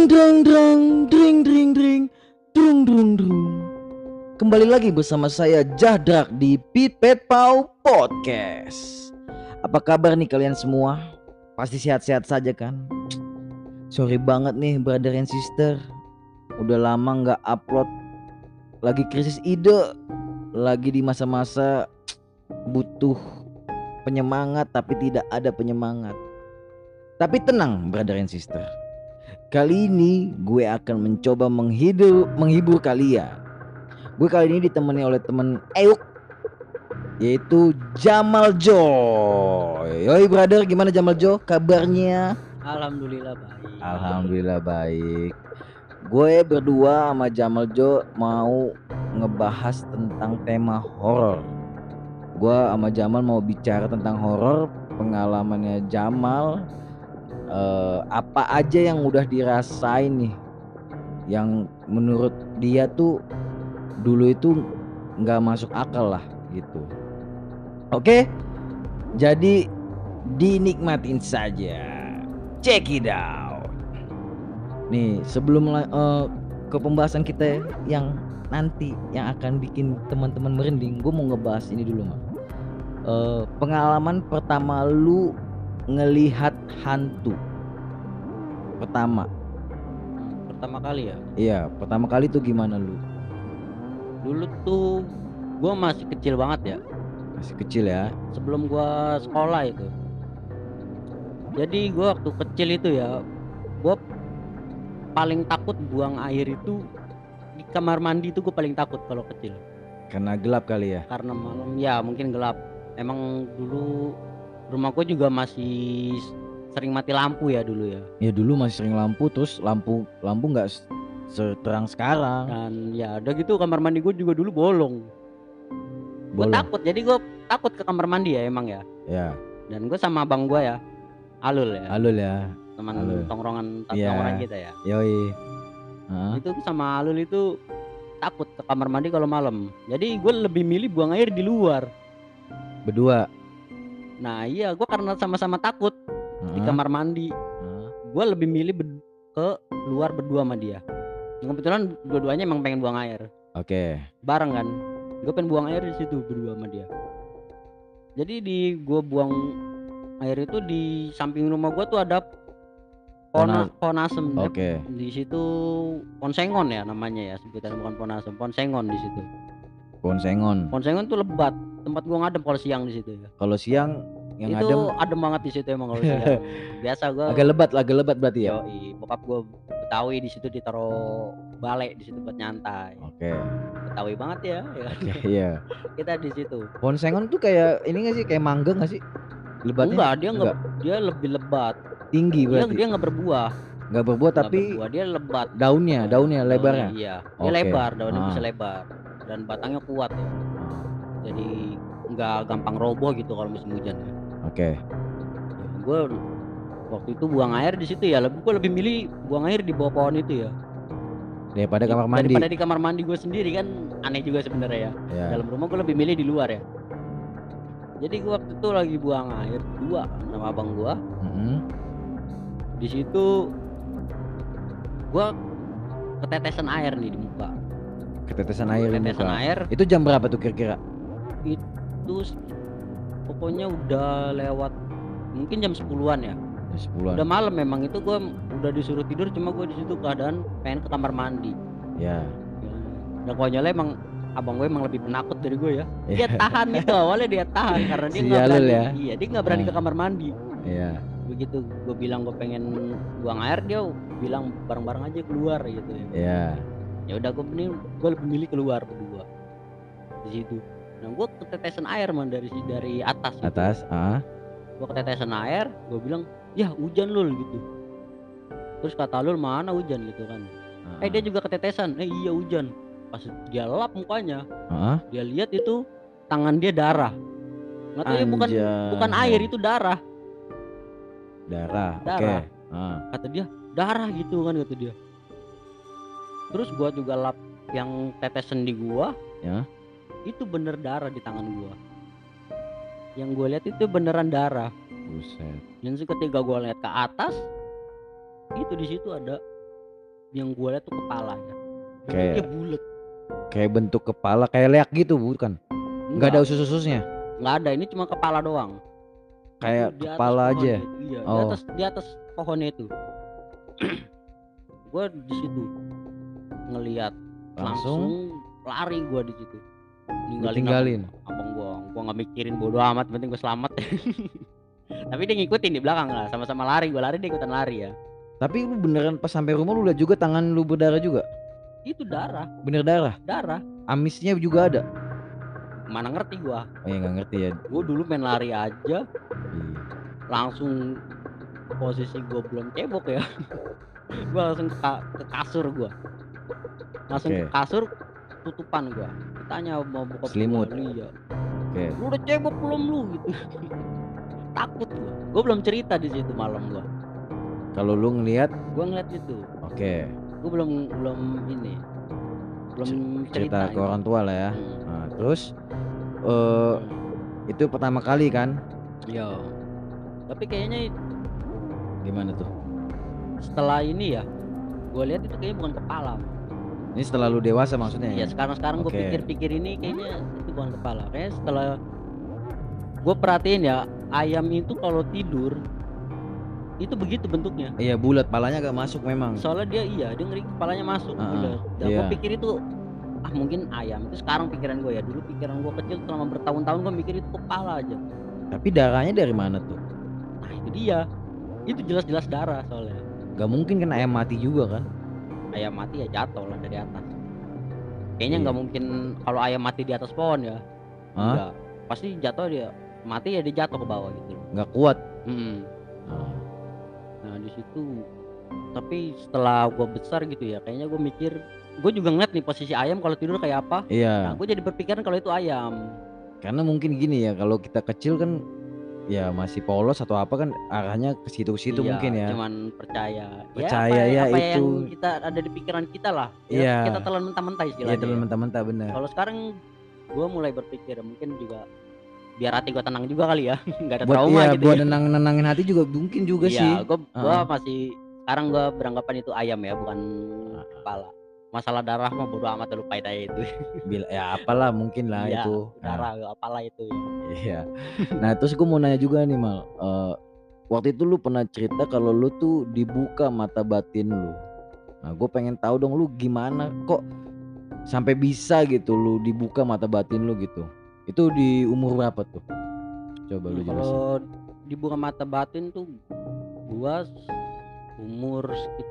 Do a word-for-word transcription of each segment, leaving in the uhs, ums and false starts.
Dreng dreng dreng dring dring dring drung drung drung. Kembali lagi bersama saya Jahdak di Pit Pet Pau Podcast. Apa kabar nih kalian semua? Pasti sehat-sehat saja kan? Sorry banget nih brother and sister, udah lama nggak upload. Lagi krisis ide, lagi di masa-masa butuh penyemangat tapi tidak ada penyemangat. Tapi tenang brother and sister, kali ini gue akan mencoba menghibur, menghibur kalian. Gue kali ini ditemani oleh temen Euk, yaitu Jamal Jo. Yoi brother, gimana Jamal Jo kabarnya? Alhamdulillah baik. Alhamdulillah baik. Gue berdua sama Jamal Jo mau ngebahas tentang tema horor. Gue sama Jamal mau bicara tentang horor, pengalamannya Jamal. Uh, apa aja yang udah dirasain nih yang menurut dia tuh dulu itu nggak masuk akal lah gitu. Oke, jadi dinikmatin saja. Check it out. Nih sebelum uh, ke pembahasan kita yang nanti yang akan bikin teman-teman merinding, gue mau ngebahas ini dulu mah. Uh, pengalaman pertama lu ngelihat hantu pertama pertama kali ya? Iya, pertama kali tuh gimana lu? Dulu tuh gue masih kecil banget ya. Masih kecil ya? Sebelum gue sekolah itu. Jadi gue waktu kecil itu ya, gue paling takut buang air itu di kamar mandi. Itu gue paling takut kalau kecil. Karena gelap kali ya? Karena malam ya mungkin gelap. Emang dulu rumah gue juga masih sering mati lampu ya dulu ya. Ya dulu masih sering lampu, terus lampu lampu nggak seterang sekarang. Dan ya udah gitu kamar mandi gue juga dulu bolong. Gue takut, jadi gue takut ke kamar mandi ya emang ya. Ya. Dan gue sama abang gue ya, Alul ya. Alul ya. Teman Alul. tongkrongan ya. tongkrongan kita ya. Yoi. Huh? Itu sama Alul itu takut ke kamar mandi kalau malam. Jadi gue lebih milih buang air di luar. Berdua. Nah iya, gue karena sama-sama takut uh-huh. di kamar mandi, uh-huh. gue lebih milih ber- ke luar berdua sama dia. Kebetulan dua-duanya emang pengen buang air. Oke. Okay. Bareng kan, gue pengen buang air di situ berdua sama dia. Jadi di gue buang air itu di samping rumah gue tuh ada pohon pohon asem. Oke. Okay. Di situ pohon sengon ya namanya ya, sebutan bukan pohon asem, pohon sengon di situ. Pohon sengon. Pohon sengon tuh lebat. Tempat gua ngadem kalau siang di situ ya. Kalau siang yang itu adem adem banget di situ emang kalau siang. Biasa gua agak lebat, agak lebat berarti ya. Yoi, bokap gua Betawi di situ ditaruh balai di situ buat nyantai. Oke. Okay. Betawi banget ya. Oke, okay, iya. Kita di situ. Pohon sengon tuh kayak ini enggak sih, kayak mangga enggak sih? Lebatnya? Enggak, dia enggak, dia lebih lebat. Tinggi berarti. Dia dia enggak berbuah. Enggak berbuah tapi berbuah, dia lebat. Daunnya, daunnya lebarnya. Iya, dia okay. lebar, daunnya ah. bisa lebar dan batangnya kuat ya. Jadi nggak gampang roboh gitu kalau musim hujan ya. Oke. Okay. Ya, gue waktu itu buang air di situ ya, lebih gue lebih milih buang air di bawah pohon itu ya. Daripada kamar mandi. Daripada di kamar mandi gue sendiri kan aneh juga sebenarnya ya. Yeah. Dalam rumah gue lebih milih di luar ya. Jadi gue waktu itu lagi buang air dua sama abang gue. Mm-hmm. Di situ gue ketetesan air nih di muka. Ketetesan air. Ketetesan air. Itu jam berapa tuh kira-kira? Itu pokoknya udah lewat mungkin jam sepuluhan ya. Jam sepuluhan. Udah malam memang itu gue udah disuruh tidur, cuma gue di situ keadaan pengen ke kamar mandi. Ya. Dan konyolnya emang abang gue emang lebih penakut dari gue ya. Dia tahan itu awalnya dia tahan karena dia nggak berani. Ya? Iya dia nggak berani nah. ke kamar mandi. Iya. Begitu gue bilang gue pengen buang air, dia bilang bareng-bareng aja keluar gitu ya. Iya. Ya udah gue pilih, gue lebih milih keluar berdua di situ. Nah gue ketetesan air man dari dari atas. Gitu. Atas, ah. Gue ketetesan air, gue bilang, ya hujan lul gitu. Terus kata lul mana hujan gitu kan? Ah. Eh dia juga ketetesan, eh iya hujan. Pas dia lap mukanya, ah. dia lihat itu tangan dia darah. Nggak tahu ya bukan bukan air itu darah. Darah. Darah. Okay. Ah. Kata dia darah gitu kan kata dia. Terus gue juga lap yang tetesan di gua. Ya. Itu bener darah di tangan gua. Yang gue lihat itu beneran darah. Buset. Dan ketika gue lihat ke atas, itu di situ ada yang gue lihat tuh kepalanya. Dia Kayak bulat. kayak bentuk kepala kayak leak gitu bukan? Nggak ada Enggak, usus-ususnya. nggak ada. Ini cuma kepala doang. Itu Kayak di atas kepala pohon aja. itu. Iya, di Oh, atas di atas pohonnya itu. Gue di situ ngelihat langsung langsung lari gue di situ. lu Ninggalin tinggalin. abang, abang gue, gue nggak mikirin bodo amat, penting gue selamat. Tapi dia ngikutin di belakang lah, sama-sama lari, gue lari dia ikutan lari ya. Tapi lu beneran pas sampai rumah lu lihat juga tangan lu berdarah juga? Itu darah, Bener darah? darah. Amisnya juga ada? Mana ngerti gue. Oh ya nggak ngerti ya. Gue dulu main lari aja, Iya. langsung posisi gue belum cebok ya. Gue langsung ke, ka- ke kasur gue, langsung Oke. ke kasur, tutupan gue. Ditanya mau buka Selimut. Iya. Oke. Lu udah cebok belum lu gitu. Takut gue. Gue belum cerita di situ malam gue. Kalau lu ngelihat, Gue ngeliat itu. oke. Gue belum belum ini. Belum Cerita cerita. ke orang tua lah ya. Hmm. Nah, terus eh itu pertama kali kan? Iya. Tapi kayaknya Gimana tuh? setelah ini ya, gue lihat itu kayaknya bukan kepala. Ini setelah lu dewasa maksudnya Iya, ya? sekarang-sekarang gue Oke. pikir-pikir ini kayaknya itu bukan kepala. Kayaknya setelah gue perhatiin ya, ayam itu kalau tidur itu begitu bentuknya. Iya bulat, palanya agak masuk memang. Soalnya dia iya, dia ngeri kepalanya masuk. Ah, Udah. Dan iya. gue pikir itu ah mungkin ayam. Itu sekarang pikiran gue ya. Dulu pikiran gue kecil selama bertahun-tahun gue mikir itu kepala aja. Tapi darahnya dari mana tuh? Nah itu dia. Itu jelas-jelas darah soalnya. Gak mungkin kan ayam mati juga kan? Ayam mati ya jatuh lah dari atas. Kayaknya nggak Iya. mungkin kalau ayam mati di atas pohon ya. Hah? Enggak. Pasti jatuh dia mati ya dia jatuh ke bawah gitu loh. Nggak kuat. Mm. Ah, Nah di situ. Tapi setelah gue besar gitu ya, kayaknya gue mikir, gue juga ngeliat nih posisi ayam kalau tidur kayak apa. Nah Iya. gue jadi berpikiran kalau itu ayam. Karena mungkin gini ya, kalau kita kecil kan ya masih polos atau apa kan arahnya ke situ-situ Iya, mungkin ya. cuman percaya. Percaya, ya apa, ya apa itu. yang kita ada di pikiran kita lah. Ya, Iya. kita telan mentah-mentah Iya istilahnya. teman ya. mentah-mentah bener. Kalau sekarang gue mulai berpikir mungkin juga biar hati gue tenang juga kali ya, nggak ada Buat trauma iya, gitu. buat ya. nenang nenangin hati juga mungkin juga Iya, sih. gue gue Ah. masih sekarang gue beranggapan itu ayam ya, bukan kepala. Masalah darah mah bodo amat, lupain aja itu. Bil ya apalah mungkin lah Iya, itu. Nah, darah apalah itu ya. iya. Nah terus gue mau nanya juga nih Mal. Eh, waktu itu lu pernah cerita kalau lu tuh dibuka mata batin lu. Nah gue pengen tahu dong lu gimana kok sampai bisa gitu lu dibuka mata batin lu gitu. Itu di umur berapa tuh? Coba lu Nah, jelasin. kalau dibuka mata batin tuh gua umur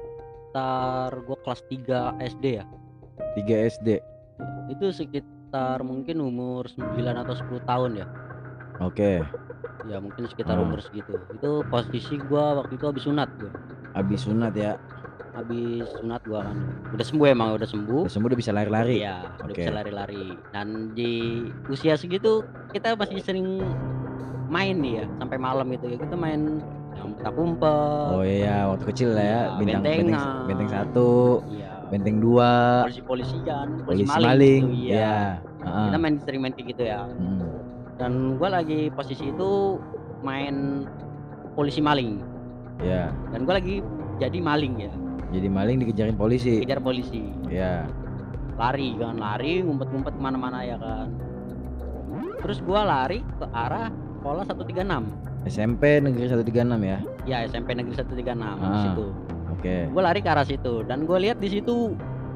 sekitar gua kelas tiga S D ya. tiga S D. Itu sekitar mungkin umur sembilan atau sepuluh tahun ya. Oke. Ya mungkin sekitar Ah. umur segitu. Itu posisi gua waktu itu habis sunat gua. Abis sunat ya. Habis sunat gua kan. Udah sembuh emang, udah sembuh. Udah sembuh udah bisa lari-lari. Iya, udah Oke. bisa lari-lari. Dan di usia segitu kita masih sering main nih ya sampai malam itu ya. Kita main yang petak umpet. Oh iya waktu kecil lah ya. Iya, Bintang benteng bentengan. benteng satu, Iya. benteng dua, Polisi-polisian, polisi polisi maling, maling. gitu, iya. Iya. Heeh. Kita main sering main kayak gitu ya. Hmm. Dan gua lagi posisi itu main polisi maling. Ya. Dan gua lagi jadi maling ya. Jadi maling dikejarin polisi. Kejar polisi. Ya. Lari kan, lari ngumpet-ngumpet kemana-mana ya kan. Terus gua lari ke arah sekolah seratus tiga puluh enam. S M P Negeri seratus tiga puluh enam ya. Ya S M P Negeri seratus tiga puluh enam di Ah. situ. Oke. Gue lari ke arah situ dan gue lihat di situ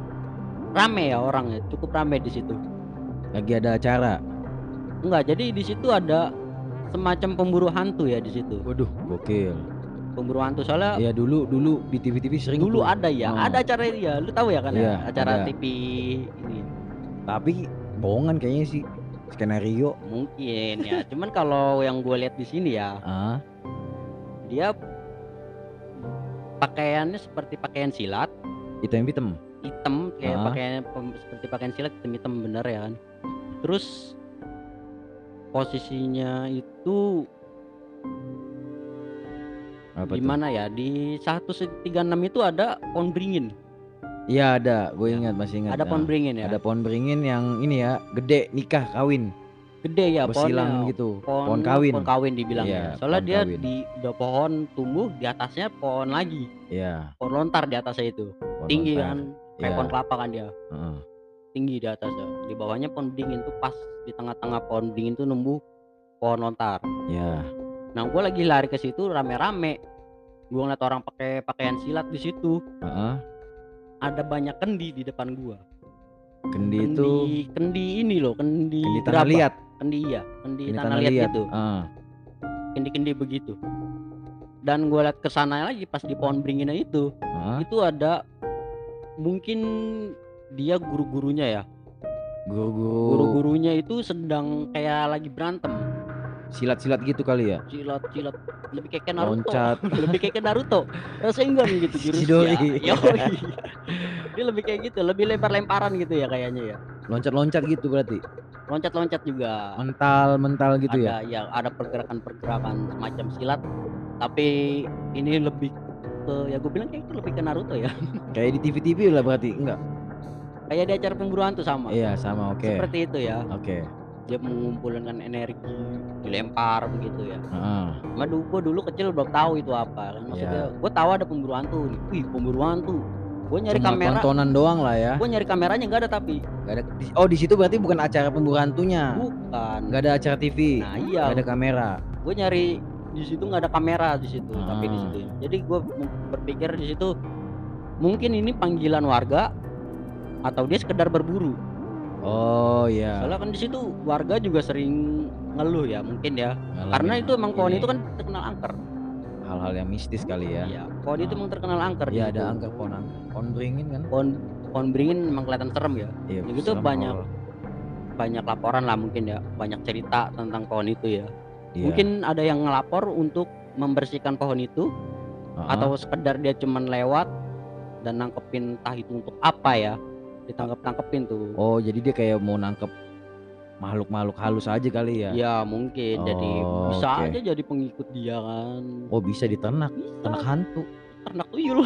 rame ya orangnya, cukup rame di situ. Lagi ada acara. Enggak, jadi di situ ada semacam pemburu hantu ya di situ. Waduh, gokil. Pemburu hantu soalnya Ya dulu dulu di T V-T V sering dulu tuh. ada ya, Oh. ada acara ya, lu tahu ya kan Iya, ya, acara ada. T V ini. Tapi bohongan kayaknya sih. Skenario. Mungkin ya, cuman kalau yang gue lihat di sini ya, Ah. dia pakaiannya seperti pakaian silat, Hitam-hitam. hitam kayak Ah. pakaian pem- seperti pakaian silat hitam-hitam bener ya kan. Terus posisinya itu Apa di tuh? mana ya? Di seratus tiga puluh enam itu ada pohon beringin. Iya ada, gue ingat masih ingat. Ada pohon Nah, beringin ya. ada pohon beringin yang ini ya, gede nikah kawin. Gede ya bersilang pohonnya. gitu, Pohon pohon kawin. pohon kawin dibilangnya. Iya, Soalnya pohon dia kawin. di udah pohon tumbuh di atasnya pohon lagi. Iya, Pohon lontar di atasnya itu. pohon Tinggi lontar. kan, kayak Iya. pohon kelapa kan dia. Heeh. Tinggi di atasnya. Di bawahnya pohon beringin tuh pas di tengah-tengah pohon beringin tuh numbuh pohon lontar. Iya. Nah, gua lagi lari ke situ rame-rame. Gua ngeliat orang pakai pakaian silat di situ. Heeh. Ada banyak kendi di depan gua. Kendi itu Kendi kendi ini loh, kendi kendi tanah gerabah. liat. Kendi iya, kendi Kendi tanah liat gitu. Heeh. Kendi-kendi begitu. Dan gua liat kesana lagi pas di pohon beringinnya itu. Heeh. Itu ada mungkin dia guru-gurunya ya. Guru-guru Guru-gurunya itu sedang kayak lagi berantem. silat-silat gitu kali ya? Silat-silat lebih kayak ke Naruto. Loncat. Lebih kayak ke Naruto. Rasengan gitu Chidori. jurusnya. Yoi. Dia lebih kayak gitu, lebih lempar-lemparan gitu ya kayaknya ya. Loncat-loncat gitu berarti. Loncat-loncat juga. Mental-mental gitu ya. Ada ya, ada pergerakan-pergerakan semacam silat. Tapi ini lebih ke ya gue bilang kayak itu lebih ke Naruto ya. Kayak di T V-T V lah berarti, enggak? Kayak di acara pemburu hantu sama. Iya, sama, oke. Seperti itu ya. Oke. Dia mengumpulkan energi, dilempar begitu ya. Heeh. Cuma dulu gue dulu kecil belum tahu itu apa kan. Maksudnya gue tahu ada pemburu hantu nih. Wih, pemburu hantu. Gue nyari Cuma kamera. tontonan doang lah ya. Gue nyari kameranya nggak ada tapi. Gak ada. di- Oh, di situ berarti bukan acara pemburu hantunya. Bukan. Gak ada acara T V. Nah iya. Gak ada kamera. Gue nyari di situ nggak ada kamera di situ. Ah. Tapi di situ. Jadi gue berpikir di situ mungkin ini panggilan warga atau dia sekedar berburu. Oh iya. Soalnya kan di situ warga juga sering ngeluh ya mungkin ya. Ngalamin Karena itu emang pohon ini itu kan terkenal angker. hal-hal yang mistis kali ya. Iya, pohon itu Ah. emang terkenal angker. di Iya, situ. ada angker, pohon angker. Pohon beringin kan? Pohon pohon beringin emang kelihatan serem ya. Iya. Ya gitu serem banyak kalau- banyak laporan lah mungkin ya, banyak cerita tentang pohon itu ya. Iya. Mungkin ada yang ngelapor untuk membersihkan pohon itu Heeh. atau sekedar dia cuman lewat dan nangkepin entah itu untuk apa ya. Ditangkap-tangkepin tuh. Oh, jadi dia kayak mau nangkep makhluk-makhluk halus aja kali ya? Ya mungkin jadi Oh, bisa oke. aja jadi pengikut dia kan. Oh, bisa diternak, Bisa. ternak hantu. Ternak tuyul.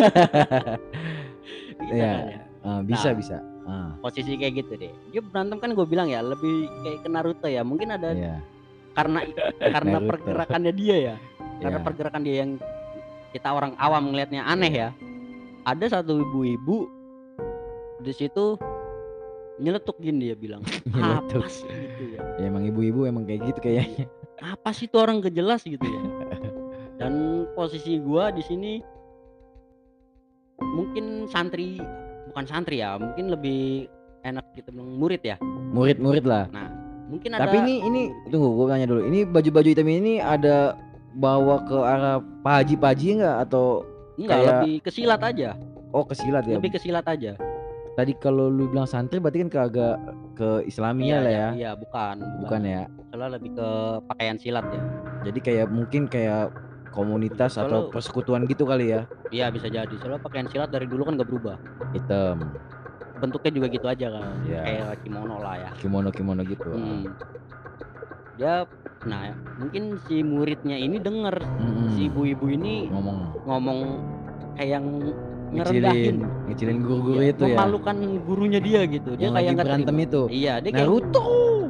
Bisa Iya. kan ya. Ah, bisa Nah. bisa. Ah, Posisi kayak gitu deh. Dia berantem kan gue bilang ya lebih kayak ke Naruto ya. Mungkin ada iya. karena karena Naruto. pergerakannya dia ya. Karena Iya. pergerakan dia yang kita orang awam ngelihatnya aneh ya. Ada satu ibu-ibu di situ nyeletuk gini dia bilang. Nyeletuk. Apa sih gitu ya? Ya, emang ibu-ibu emang kayak gitu kayaknya. Apa sih itu orang gak jelas gitu ya. Dan posisi gua di sini mungkin santri bukan santri ya, mungkin lebih enak kita bilang murid ya. Murid-murid lah. Nah, mungkin ada Tapi ini ini tunggu, gue tanya dulu. Ini baju-baju hitam ini ada bawa ke arah Pak Haji Pak Haji enggak atau enggak kayak- lebih ke silat aja. oh ke silat ya? Lebih ke silat aja. Tadi kalau lu bilang santri berarti kan ke agak ke Islaminya lah ya. Iya, bukan, Bukan ya. Soalnya lebih ke pakaian silat ya. Jadi kayak mungkin kayak komunitas atau Kalau- persekutuan gitu kali ya. Iya, bisa jadi. Soalnya pakaian silat dari dulu kan gak berubah. Hitam, Bentuknya juga gitu aja kan. Iya. Kayak kimono lah ya. kimono-kimono gitu. Hmm. Dia nah, mungkin si muridnya ini denger Mm-mm. si ibu-ibu ini ngomong ngomong kayak yang ngecilin ngerendahin, ngecilin guru-guru iya, itu ya. memalukan gurunya dia gitu. Dia Yang kayak lagi nggak berantem terima. itu. Iya, dia kayak Naruto,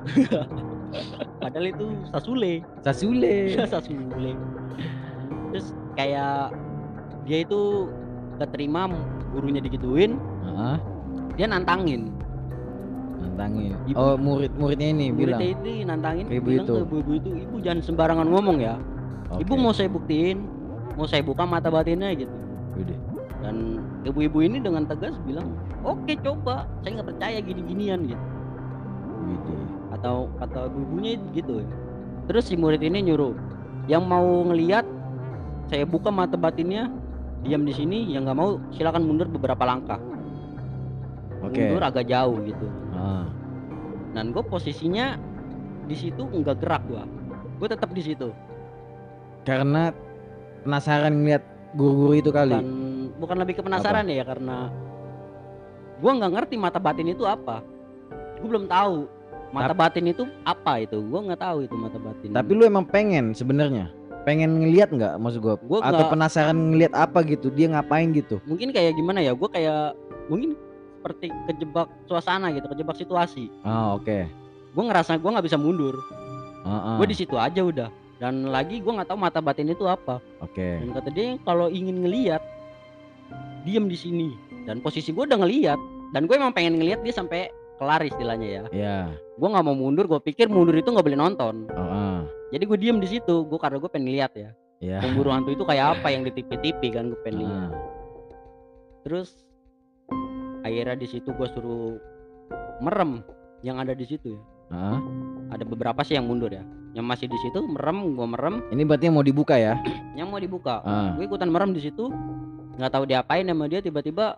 padahal itu Sasule. Sasule. Sasule. Terus kayak dia itu gak terima gurunya digituin, Heeh, dia nantangin. nantangin. Ibu- Oh, murid-muridnya ini bilang. Muridnya itu nantangin ke ibu bilang itu. ke ibu-ibu itu, "Ibu jangan sembarangan ngomong ya. Oke, Ibu mau saya buktiin, mau saya buka mata batinnya gitu." udah. Dan ibu-ibu ini dengan tegas bilang, "Oke, coba. Saya nggak percaya gini-ginian gitu." Widih. Atau kata ibu-ibunya gitu ya. Terus si murid ini nyuruh, yang mau ngelihat saya buka mata batinnya diam di sini, yang nggak mau silakan mundur beberapa langkah. Oke. Mundur agak jauh gitu. Ah, Dan gue posisinya di situ nggak gerak gua. Gue tetap di situ. karena penasaran ngeliat guru-guru itu kali. Bukan bukan lebih ke penasaran ya, karena gua nggak ngerti mata batin itu apa. Gue belum tahu mata batin itu apa itu. Gua nggak tahu itu mata batin. Tapi lu emang pengen sebenarnya, pengen ngeliat nggak maksud gua? Gua Atau nggak- penasaran ngeliat apa gitu? Dia ngapain gitu? mungkin kayak gimana ya? Gue kayak mungkin seperti kejebak suasana gitu, kejebak situasi. Ah, oke. gue ngerasa gue nggak bisa mundur. Heeh. Gue di situ aja udah. Dan lagi gue nggak tahu mata batin itu apa. Oke. Dan kata dia kalau ingin ngelihat diem di sini. Dan posisi gue udah ngelihat. Dan gue emang pengen ngelihat dia sampai kelar istilahnya ya. Iya. Gue nggak mau mundur. Gue pikir mundur itu nggak boleh nonton. Heeh. Jadi gue diem di situ. Gue karena gue pengen lihat ya. Iya. Pemburu hantu itu kayak apa yang di T V-T V kan gue pengen lihat. Heeh. Terus akhirnya di situ gue suruh merem yang ada di situ ya. Heeh. Ada beberapa sih yang mundur ya. Yang masih di situ merem, gue merem. Ini berarti yang mau dibuka ya? Yang mau dibuka. Ah. Gue ikutan merem di situ. Nggak tahu diapain sama dia, tiba-tiba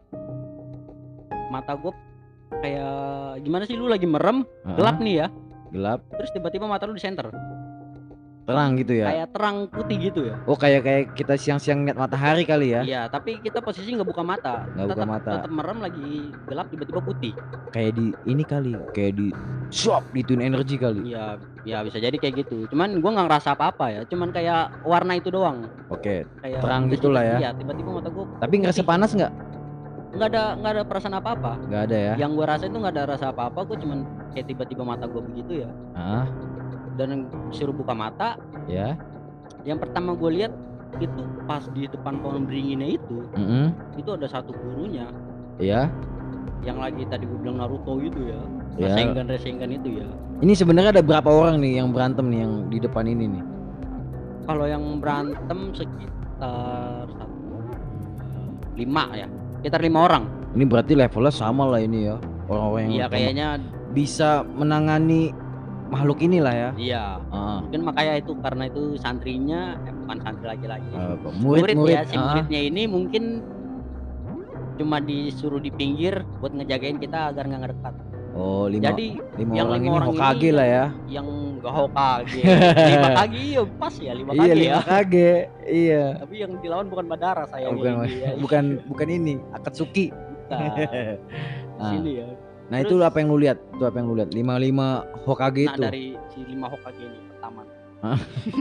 mata gue kayak gimana sih, lu lagi merem, Heeh. gelap nih ya. Gelap. Terus tiba-tiba mata lu di center. Terang gitu ya? Kayak terang putih gitu ya. Oh, kayak kayak kita siang-siang lihat matahari kali ya? Iya, tapi kita posisi nggak buka mata. Nggak buka tetap, mata. Tetap merem lagi gelap, tiba-tiba putih. Kayak di ini kali, kayak di shop dituin energi kali. Iya, ya bisa jadi kayak gitu. Cuman gua nggak ngerasa apa-apa ya. Cuman kayak warna itu doang. Oke. Kayak Terang di gitulah situ. ya. Iya, tiba-tiba mata gua. Tapi ngerasa putih. panas nggak? Nggak ada, nggak ada perasaan apa-apa. Nggak ada ya? Yang gua rasa itu nggak ada rasa apa-apa. Gua cuman kayak tiba-tiba mata gua begitu ya. Ah. Dan disuruh buka mata. Ya. Yang pertama gue lihat itu pas di depan pohon beringinnya itu, Mm-mm. itu ada satu gurunya. Iya. Yang lagi tadi gue bilang Naruto itu ya. Ya. Rasengan-rasengan itu ya. Ini sebenarnya ada berapa orang nih yang berantem nih yang di depan ini nih? Kalau yang berantem sekitar satu, lima ya. Sekitar lima orang. Ini berarti levelnya sama lah ini ya. Orang-orang yang Iya kayaknya bisa menangani makhluk inilah ya. iya. Ah. Mungkin makanya itu karena itu santrinya, eh, bukan santri lagi-lagi. Uh, murid, murid, ya, si ah. muridnya ini mungkin cuma disuruh di pinggir buat ngejagain kita agar nggak ngedekat. Oh, lima, Jadi lima yang orang lima ini orang Hokage ini lah ya. Yang gak Hokage. lima kage iya pas ya, lima Iya, kage lima ya. Kage. Iya. Tapi yang dilawan bukan Madara saya. Bukan, ini, ya. bukan, bukan ini Akatsuki. Bukan. Di sini ya. Nah, Terus, itu apa yang lu lihat? Itu apa yang lu lihat? Lima lima Hokage nah, itu. dari si lima Hokage ini pertama. Hah?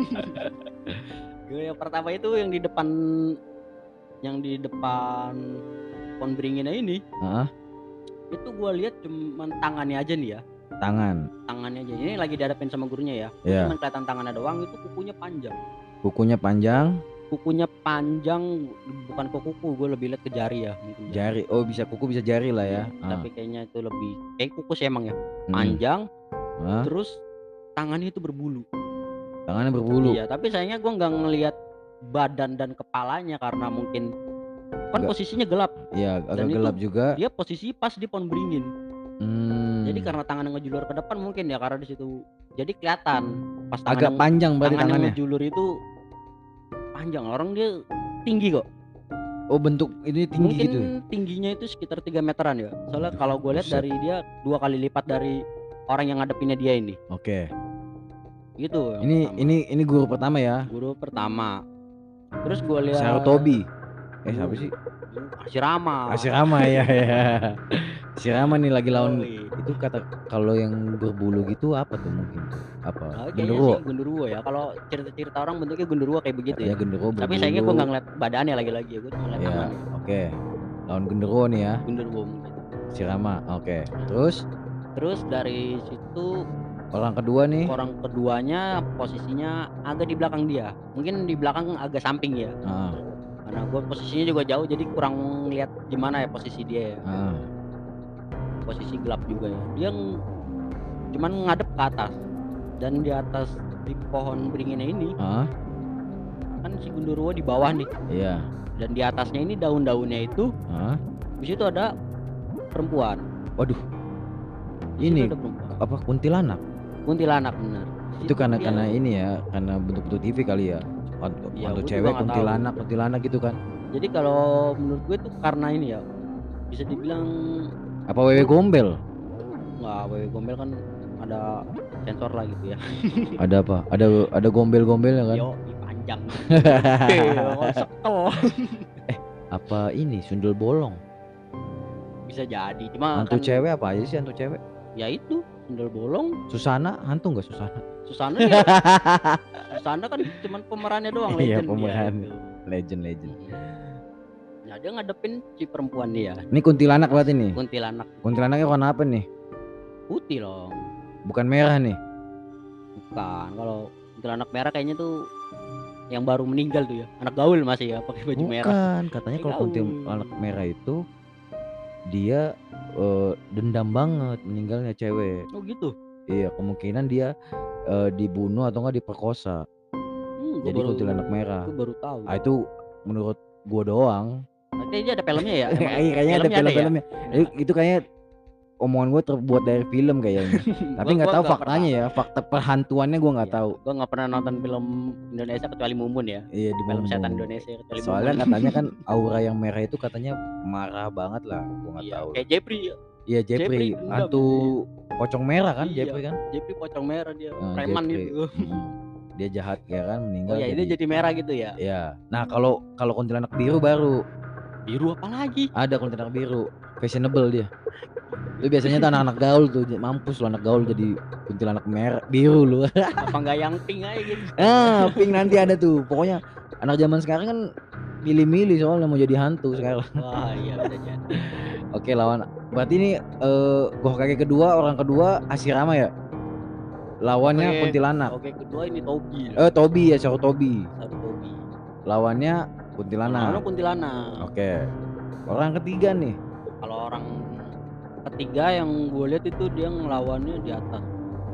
Gue yang pertama itu yang di depan, yang di depan pohon beringinnya ini. Heeh. Itu gue lihat cuman tangannya aja nih ya. Tangan. Tangannya aja. Ini lagi dihadapin sama gurunya ya. Iya. Cuman kelihatan tangannya doang, itu kukunya panjang. Kukunya panjang. Kukunya panjang, bukan ke kuku, gue lebih lihat ke jari ya mungkin. Jari. Oh, bisa kuku bisa jari lah ya. Iya, tapi kayaknya itu lebih kayak kuku sih emang ya. Hmm. Panjang. Hah? Terus tangannya itu berbulu. Tangannya berbulu. Iya, tapi sayangnya gue nggak ngelihat badan dan kepalanya karena mungkin kan Nggak. posisinya gelap. Iya, agak Dan itu gelap juga. Dia posisi pas di pohon beringin. Hmm. Jadi karena tangannya ngejulur ke depan mungkin ya, karena di situ jadi kelihatan pas tangan agak yang, panjang berarti tangan yang tangannya. ngejulur itu panjang. Orang dia tinggi kok. Oh, bentuk ini tinggi Mungkin gitu. tingginya itu sekitar tiga meteran ya. Soalnya kalau gue lihat Buset. dari dia dua kali lipat dari orang yang ngadepinnya dia ini. Oke. Gitu. yang Ini pertama. ini ini guru pertama ya. Guru pertama. Terus gue lihat Sarutobi. Eh, siapa sih? Hashirama. Hashirama ya ya. Hashirama nih lagi lawan. Yoi. Itu kata kalau yang berbulu gitu apa tuh mungkin? Apa? Nah, kayaknya Genderuwo. sih Genderuwo ya. Kalau cerita-cerita orang bentuknya Genderuwo kayak begitu Ya ya. genderuwo berbulu. Tapi sayangnya gue nggak ngeliat badannya lagi-lagi ya. Gue cuma ngeliat Ya, tangannya. oke. Lawan genderuwo nih ya. Genderuwo mungkin. Hashirama. Oke. Terus Terus dari situ orang kedua nih. orang keduanya posisinya agak di belakang dia. Mungkin di belakang agak samping ya. Ah, Karena gue posisinya juga jauh jadi kurang lihat gimana ya posisi dia ya. ah. Posisi gelap juga ya. Dia ng- cuman ngadep ke atas. Dan di atas di pohon beringinnya ini Ah, kan si Genderuwo di bawah nih. iya. Dan di atasnya ini daun-daunnya itu Ah. di situ ada perempuan. Waduh. Di situ Ini ada perempuan. apa kuntilanak? Kuntilanak bener. Di Itu situ karena dia- karena ini ya, karena bentuk-bentuk T V kali ya. Hantu, Iya, hantu gua juga cewek nggak tahu. kuntilanak, kuntilanak gitu kan. Jadi kalau menurut gue tuh karena ini ya bisa dibilang Apa wewe gombel? nggak, wewe gombel kan ada sensor lah gitu ya. Ada apa? Ada ada gombel-gombelnya kan? Yo, ih, panjang. Kok sekel. Apa ini sundel bolong? Bisa jadi. Cuma Hantu kan, cewek apa aja sih hantu cewek? ya itu sundel bolong. Susana hantu nggak Susana? Susana ya. Susana kan cuman pemerannya doang, Iya, legend dia pemeran. itu. Legend legend. Nah, dia ngadepin si perempuan dia. Ini kuntilanak berarti nih. Kuntilanak Kuntilanaknya warna apa nih? putih loh. Bukan merah nih. Bukan. Kalau kuntilanak merah kayaknya tuh yang baru meninggal tuh ya. Anak gaul masih ya pakai baju merah. Bukan, katanya Kayak kalau gaul. kuntilanak merah itu dia eh, dendam banget meninggalnya cewek. Oh gitu. Iya, kemungkinan dia eh, dibunuh atau enggak diperkosa. Hmm, gua Jadi baru kuntilanak merah. gua baru tahu. Ah, itu menurut gua doang. Berarti dia ada filmnya ya? Emang Iya, kayaknya ada filmnya ada ya? film-filmnya. Itu, itu kayaknya omongan gue terbuat dari film kayaknya. Tapi Gua- nggak gua tahu nggak faktanya ya, fakta perhantuannya gue nggak Iya, tahu. Gua nggak pernah nonton film Indonesia kecuali Mumun ya. Iya di Film setan Mumun. Indonesia kecuali Soalnya Mumun. katanya kan aura yang merah itu katanya marah banget lah, gue nggak Iya, tahu. kayak Jepri ya. Iya Jeffrey, Jeffrey dendam, hantu pocong merah kan Iya, Jeffrey kan? Jepri pocong merah dia, Nah, preman Jeffrey. gitu. Mm-mm. Dia jahat ya kan, Oh meninggal ya, jadi. ini jadi merah gitu ya. Iya. Nah kalau kalau kuntilanak biru baru Biru apa lagi? ada kuntilanak biru, fashionable dia. Itu biasanya tuh anak-anak gaul tuh, mampus lu anak gaul jadi kuntilanak merah biru lu. Apa enggak yang pink aja gitu. Ah, pink nanti ada tuh. Pokoknya anak zaman sekarang kan milih-milih soalnya mau jadi hantu sekarang. Wah, iya bisa jadi. Oke, lawan. Berarti ini eh Hokage kedua, orang kedua Hashirama ya? Lawannya Oke, kuntilanak. Oke, kedua ini Tobi. Eh Tobi ya, Shoro Tobi. Satu Tobi. Lawannya Lawannya kuntilanak. kuntilanak. Oke. Orang ketiga nih. Kalau orang ketiga yang gue lihat itu dia ngelawannya di atas.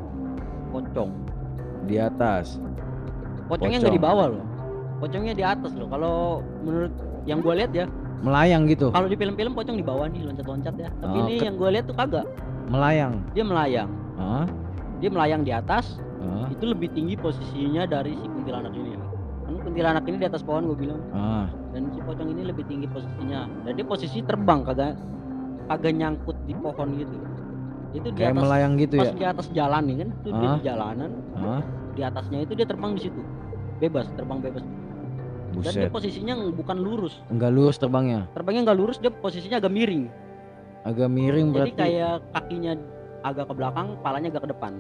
Pocong. Di atas. Pocongnya nggak di bawah loh. Pocongnya di atas loh. Kalau menurut yang gue lihat ya, Melayang gitu. kalau di film-film pocong di bawah nih loncat-loncat ya. Tapi Oh, ini ke- yang gue lihat tuh kagak. Melayang. Dia melayang. Hah? Dia melayang di atas. Hah? Itu lebih tinggi posisinya dari si kuntilanak ini. Kan kuntilanak ini di atas pohon gue bilang. Ah. Dan si pocong ini lebih tinggi posisinya. Dan dia posisi terbang kagak kagak nyangkut di pohon gitu. Itu di Kayak atas melayang gitu pas ya. di atas jalan nih kan. Itu dia Ah. di jalanan. Hah? Di atasnya itu dia terbang di situ. Bebas, terbang bebas. Dan dia Buset. posisinya bukan lurus. Enggak lurus terbangnya. Terbangnya nggak lurus, dia posisinya agak miring. Agak miring Jadi berarti. kayak kakinya agak ke belakang, palanya agak ke depan.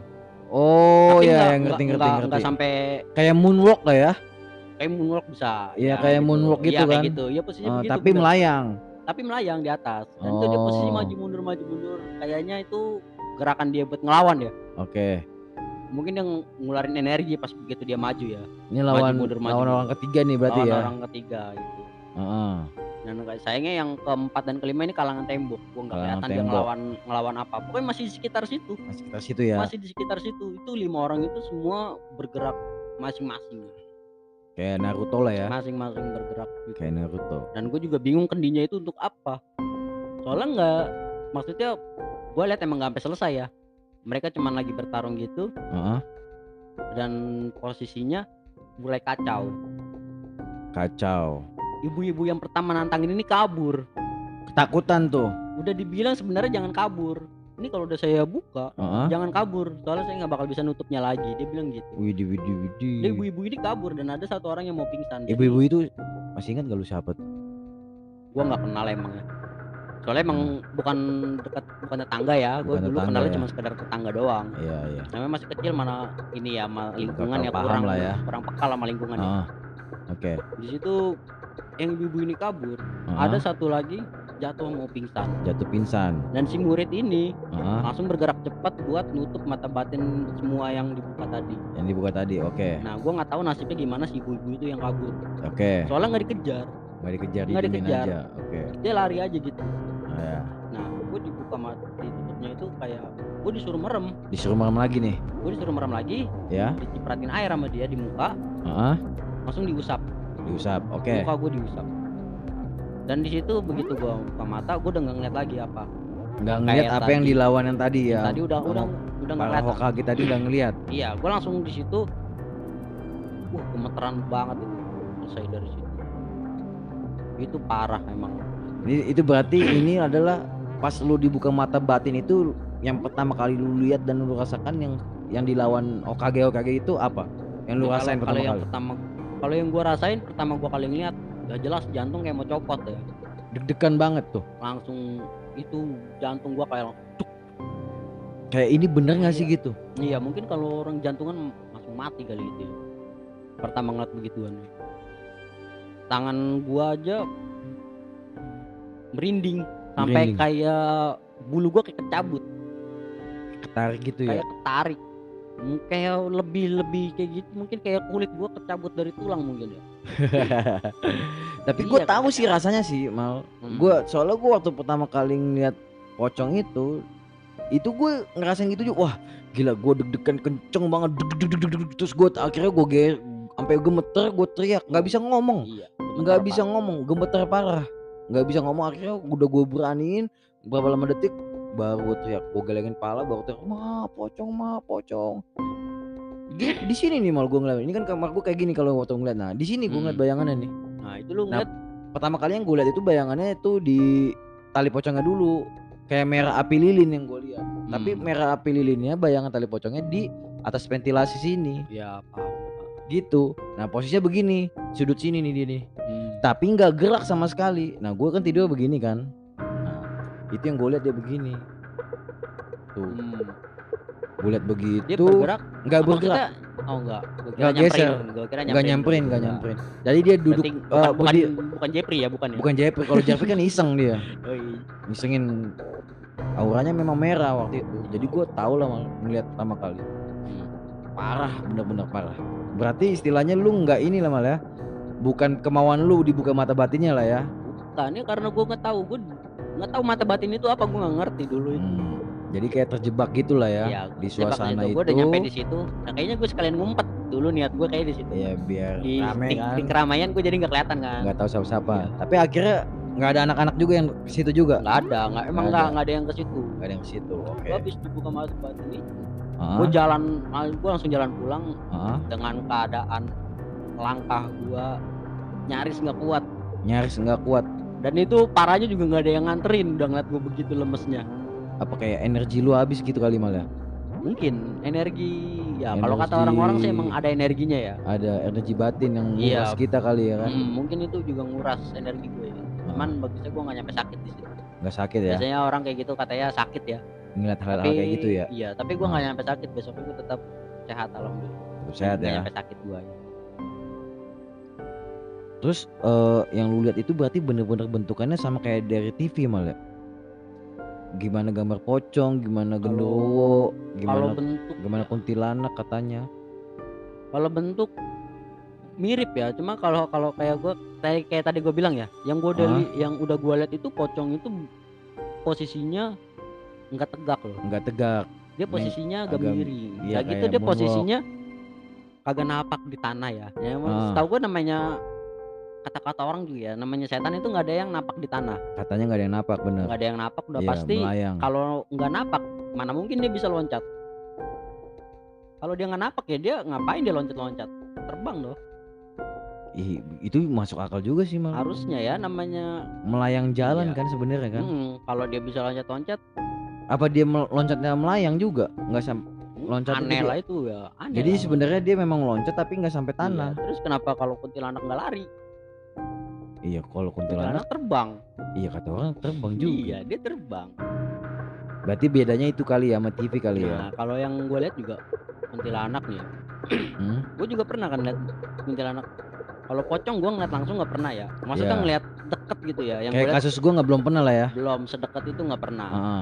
Oh Tapi ya, nggak- yang ngerti nggak- ngerti nggak- ngerti. nggak sampai Kayak moonwalk lah ya. kayak moonwalk bisa. Iya, kayak moonwalk gitu Iya, kayak kan. gitu. Ya posisinya Eh, begitu. tapi bener. melayang. Tapi melayang di atas. Dan itu dia posisi Oh. maju mundur maju mundur. Kayaknya itu gerakan dia buat ngelawan ya. Oke. Mungkin yang ngeluarin energi pas begitu dia maju ya. Ini lawan mundur, maju lawan mundur. orang ketiga nih berarti Lawan ya. orang ketiga itu. Heeh. Dan kayak sayangnya yang keempat dan kelima ini kalangan tembok. Gua nggak Kalangan kelihatan dia tembok. ngelawan ngelawan apa. Pokoknya masih di sekitar situ. Masih kita situ ya. Masih di sekitar situ. Itu lima orang itu semua bergerak masing-masing. Kayak Naruto lah ya. Masing-masing bergerak gitu. Kayak Naruto. Dan gue juga bingung kendinya itu untuk apa. Soalnya nggak, maksudnya gue lihat emang nggak sampai selesai ya. Mereka cuman lagi bertarung gitu Heeh. dan posisinya mulai kacau. Kacau. Ibu-ibu yang pertama nantangin ini kabur. Ketakutan tuh. Udah dibilang sebenarnya jangan kabur. Ini kalau udah saya buka, Heeh. jangan kabur. Soalnya saya nggak bakal bisa nutupnya lagi. Dia bilang gitu. Widih widih widih. Dia ibu-ibu ini kabur dan ada satu orang yang mau pingsan. Jadi, Ibu-ibu itu masih ingat gak lu siapa tuh? gua nggak kenal emang ya. Soalnya emang bukan dekat, bukan tetangga ya. Gue Bukan dulu tetangga kenalnya ya. cuma sekedar tetangga doang. Iya iya. Namanya masih kecil, mana ini ya, sama lingkungan Bakal ya paham kurang lah ya. kurang pekal sama lingkungan. Ya. Heeh. Oke. Di situ yang ibu-ibu ini kabur. Heeh. Ada satu lagi jatuh mau pingsan. Jatuh pingsan. Dan si murid ini Heeh. langsung bergerak cepat buat nutup mata batin semua yang dibuka tadi. Yang dibuka tadi. Oke. Nah, gua nggak tahu nasibnya gimana si ibu-ibu itu yang kabur. Oke. Soalnya nggak dikejar, Nggak dikejar, Nggak didiemin dikejar. aja. Oke. dia lari aja gitu. Oh, ya. Nah, gue dibuka mata ditutupnya itu kayak gue disuruh merem, Disuruh merem lagi nih. gue disuruh merem lagi, Ya. dicipratin air sama dia di muka, Heeh. langsung diusap. Diusap. Oke. Muka gue diusap. Dan di situ begitu gue buka mata, gue udah nggak ngeliat lagi apa. Nggak Kayak ngeliat yang apa yang tadi. dilawan yang tadi ya. Tadi udah udah udah nggak Para kelihatan. Hokage tadi udah ngeliat. Iya, gue langsung di situ, wah gemeteran banget itu. Selesai dari situ. Itu parah emang. Ini itu berarti ini adalah pas lu dibuka mata batin itu yang pertama kali lu lihat dan lu rasakan yang yang dilawan Hokage Hokage itu apa? Yang lu Nah, rasain kalau, pertama kalau yang kali? pertama, kalau yang gue rasain pertama gue kali ngeliat, gak jelas jantung kayak mau copot ya. Deg-degan banget tuh. Langsung itu jantung gue kayak, Kayak ini bener nggak sih gitu? iya mungkin kalau orang jantungan langsung mati kali itu ya. Pertama ngeliat begituan. Tangan gua aja merinding sampai Merinding. kayak bulu gua kayak kecabut. ketarik gitu ya. Kayak ketarik. Hmm, Kayak lebih-lebih kayak gitu, mungkin kayak kulit gua kecabut dari tulang mungkin ya. Tapi gue Iya, tahu kayak sih rasanya sih mal. Hmm. Gue soalnya gue waktu pertama kali ngeliat pocong itu, itu gue ngerasain gitu juga. Wah gila, gue deg-degan kenceng banget. Deg -deg -deg -deg -deg. Terus gue akhirnya gue ger, sampai gemeter, gue teriak, nggak bisa ngomong, Iya, nggak gemetar bisa parah. ngomong, gemeter parah, nggak bisa ngomong. Akhirnya udah gue beraniin berapa lama detik, baru gue teriak, gue gelengin pala, baru teriak, ma pocong, ma pocong. Di, di sini nih mal gue ngeliat, ini kan kamar gue kayak gini kalau waktu ngeliat. Nah di sini gue ngeliat Hmm. bayangannya nih. Nah itu lu Nah ngeliat pertama kali yang gue lihat itu bayangannya itu di tali pocongnya dulu, kayak merah api lilin yang gue lihat. Tapi Hmm. merah api lilinnya bayangan tali pocongnya di atas ventilasi sini Ya paham, paham. gitu. Nah posisinya begini, sudut sini nih dia nih, Hmm. tapi nggak gerak sama sekali. Nah gue kan tidur begini kan, nah itu yang gue lihat dia begini tuh. Hmm. Gue lihat Dia begitu, bergerak nggak apa bergerak, maksudnya? Oh enggak, gua kira nggak nyamperin, geser, gua kira nggak nyamperin, dulu. nggak Enggak. nyamperin. Jadi dia duduk, Berarti eh, bukan bukan berdiri, bukan Jepri ya, bukan ya? bukan Jeffrey. Kalau Jeffrey kan iseng dia, Oh iya. isengin. Auranya memang merah waktu itu, jadi gue tahu lah mal ngeliat pertama kali. Hmm. Parah, bener-bener parah. Berarti istilahnya lu nggak ini lah mal ya, bukan kemauan lu dibuka mata batinnya lah ya. Bukan, ya karena gua nggak tahu, gua nggak tahu mata batin itu apa, gua nggak ngerti dulu itu. Hmm, jadi kayak terjebak gitulah ya, Iya, di terjebak suasana situ. itu. Gua udah nyampe di situ. Nah kayaknya gue sekalian ngumpet dulu, niat gue kayak di situ. Ya biar Di, rame di, kan, di keramaian gue jadi nggak kelihatan kan. nggak tahu siapa-siapa. Iya. Tapi akhirnya nggak ada anak-anak juga yang ke situ juga. Nggak ada, nggak emang Nggak nggak ada. nggak ada yang ke situ. Nggak ada yang ke situ. Oke. Gue habis dibuka mata batin itu, Heeh, gue jalan, gue langsung jalan pulang heeh. dengan keadaan langkah gue nyaris nggak kuat. Nyaris nggak kuat. Dan itu parahnya juga nggak ada yang nganterin, udah ngeliat gue begitu lemesnya. Apa kayak energi lu habis gitu kali mal ya? Mungkin energi, ya kalau kata Energi- orang-orang sih emang ada energinya ya. Ada energi batin yang Iya. nguras kita kali ya kan? Hmm, mungkin itu juga nguras energi gue ya. Cuman bagusnya gue nggak nyampe sakit di situ. Nggak sakit ya? Biasanya orang kayak gitu katanya sakit ya. Ngeliat hal-hal Tapi kayak gitu ya? iya, tapi gue nggak nyampe sakit, besoknya gue tetap sehat alhamdulillah. Tetap sehat Nggak ya. nyampe sakit gue. Terus eh, yang lu lihat itu berarti bener-bener bentukannya sama kayak dari T V mal ya? Gimana gambar pocong, gimana Kalau- genderuwo, Kalau gimana bentuk, gimana kuntilanak katanya. kalau bentuk mirip ya. Cuma kalau kalau kayak gue kayak, kayak tadi gue bilang ya, yang gue Ah. yang udah gue lihat itu pocong itu posisinya nggak tegak loh. Nggak tegak. Dia posisinya agak agak- miring. iya, Nah gitu kayak dia moonwalk. posisinya kagak napak di tanah ya. Ya emang Ah. setahu gue namanya, kata-kata orang juga ya, namanya setan itu nggak ada yang napak di tanah, Katanya nggak ada yang napak, bener. nggak ada yang napak udah Iya, pasti. melayang. Kalau nggak napak, mana mungkin dia bisa loncat? Kalau dia nggak napak ya dia ngapain dia loncat-loncat? Terbang loh. Ih, itu masuk akal juga sih mal. Harusnya ya namanya. Melayang jalan Iya. kan sebenarnya kan. mm, Kalau dia bisa loncat-loncat, Apa dia mel- loncatnya melayang juga? Nggak sampai loncat itu aneh dia- lah itu ya. Aneh Jadi lah. sebenarnya dia memang loncat tapi nggak sampai Iya, tanah. terus kenapa kalau kuntilanak nggak lari? Iya, kalau kuntilanak, Kuntilanak terbang. iya kata orang terbang juga. Iya, dia terbang. Berarti bedanya itu kali ya sama T V kali ya. Nah, kalau yang gue lihat juga kuntilanak nih. Hmm? Gue juga pernah kan lihat kuntilanak. Kalau pocong gue ngeliat langsung nggak pernah ya. Maksudnya Iya. ngeliat deket gitu ya. Yang gue Kayak lihat kasus gua nggak belum pernah lah ya. belum sedekat itu nggak pernah. Heeh.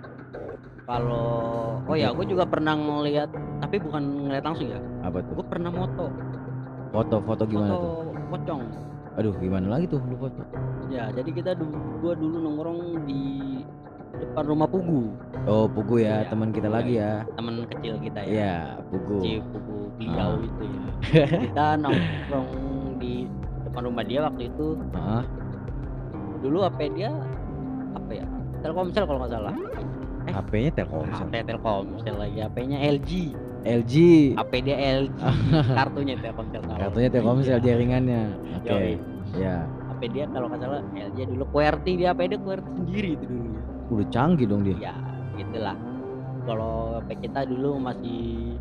Kalau oh ya gue juga pernah ngeliat, tapi bukan ngeliat langsung ya. Apa tuh? Gue pernah moto, Foto-foto gimana foto tuh? pocong. Aduh, gimana lagi tuh lu foto? Ya, jadi kita dulu, gue dulu nongkrong di depan rumah Pugu, Oh, Pugu ya, Iya, teman kita Pugu lagi ya. ya. teman kecil kita ya. Iya, Pugu. Si Pugu Beliau Ah. itu ya. Kita nongkrong di depan rumah dia waktu itu. Heeh. Dulu H P dia apa ya? Telkomsel kalau nggak salah. Eh. H P-nya Telkomsel. H P Telkomsel lagi, H P-nya L G. L G. H P dia L G. Kartunya Telkomsel. tahu. Kartunya Telkomsel Iya. jaringannya. Oke. Yoi. Ya. H P dia kalau nggak salah L G dulu QWERTY, dia H P dia QWERTY sendiri itu dulu. Udah canggih dong dia. Ya, gitulah. Kalau H P kita dulu masih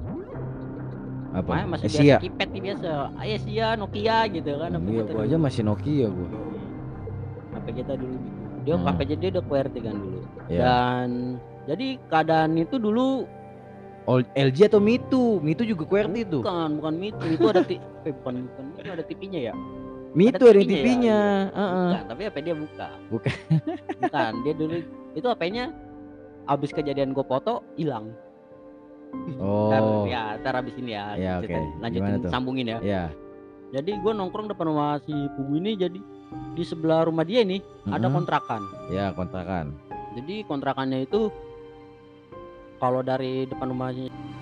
Apa? Ma- masih Asia. biasa keypad nih biasa. Asia, Nokia gitu kan. H P Iya, kita gua dulu. aja masih Nokia gua. H P kita dulu gitu. Dia Hmm. H P dia udah QWERTY kan dulu. Ya. Dan jadi keadaan itu dulu Old L G atau Mitu? Mitu juga QWERTY tuh. bukan bukan Mitu, itu ada ti eh, bukan bukan itu ada T V-nya ya. Mitu ada ada yang T V-nya ya? T V-nya. Heeh. Bukan, tapi H P dia buka. Bukan. Bukan, dia dulu itu H P-nya abis kejadian gue foto hilang. Ntar Oh. ya, ntar abis ini ya, Ya, cerita oke. Gimana lanjutin tuh? sambungin ya. Iya. Jadi gue nongkrong depan rumah si Pugu ini, jadi di sebelah rumah dia ini ada Mhm. kontrakan. Ya, kontrakan. Jadi kontrakannya itu kalau dari depan rumahnya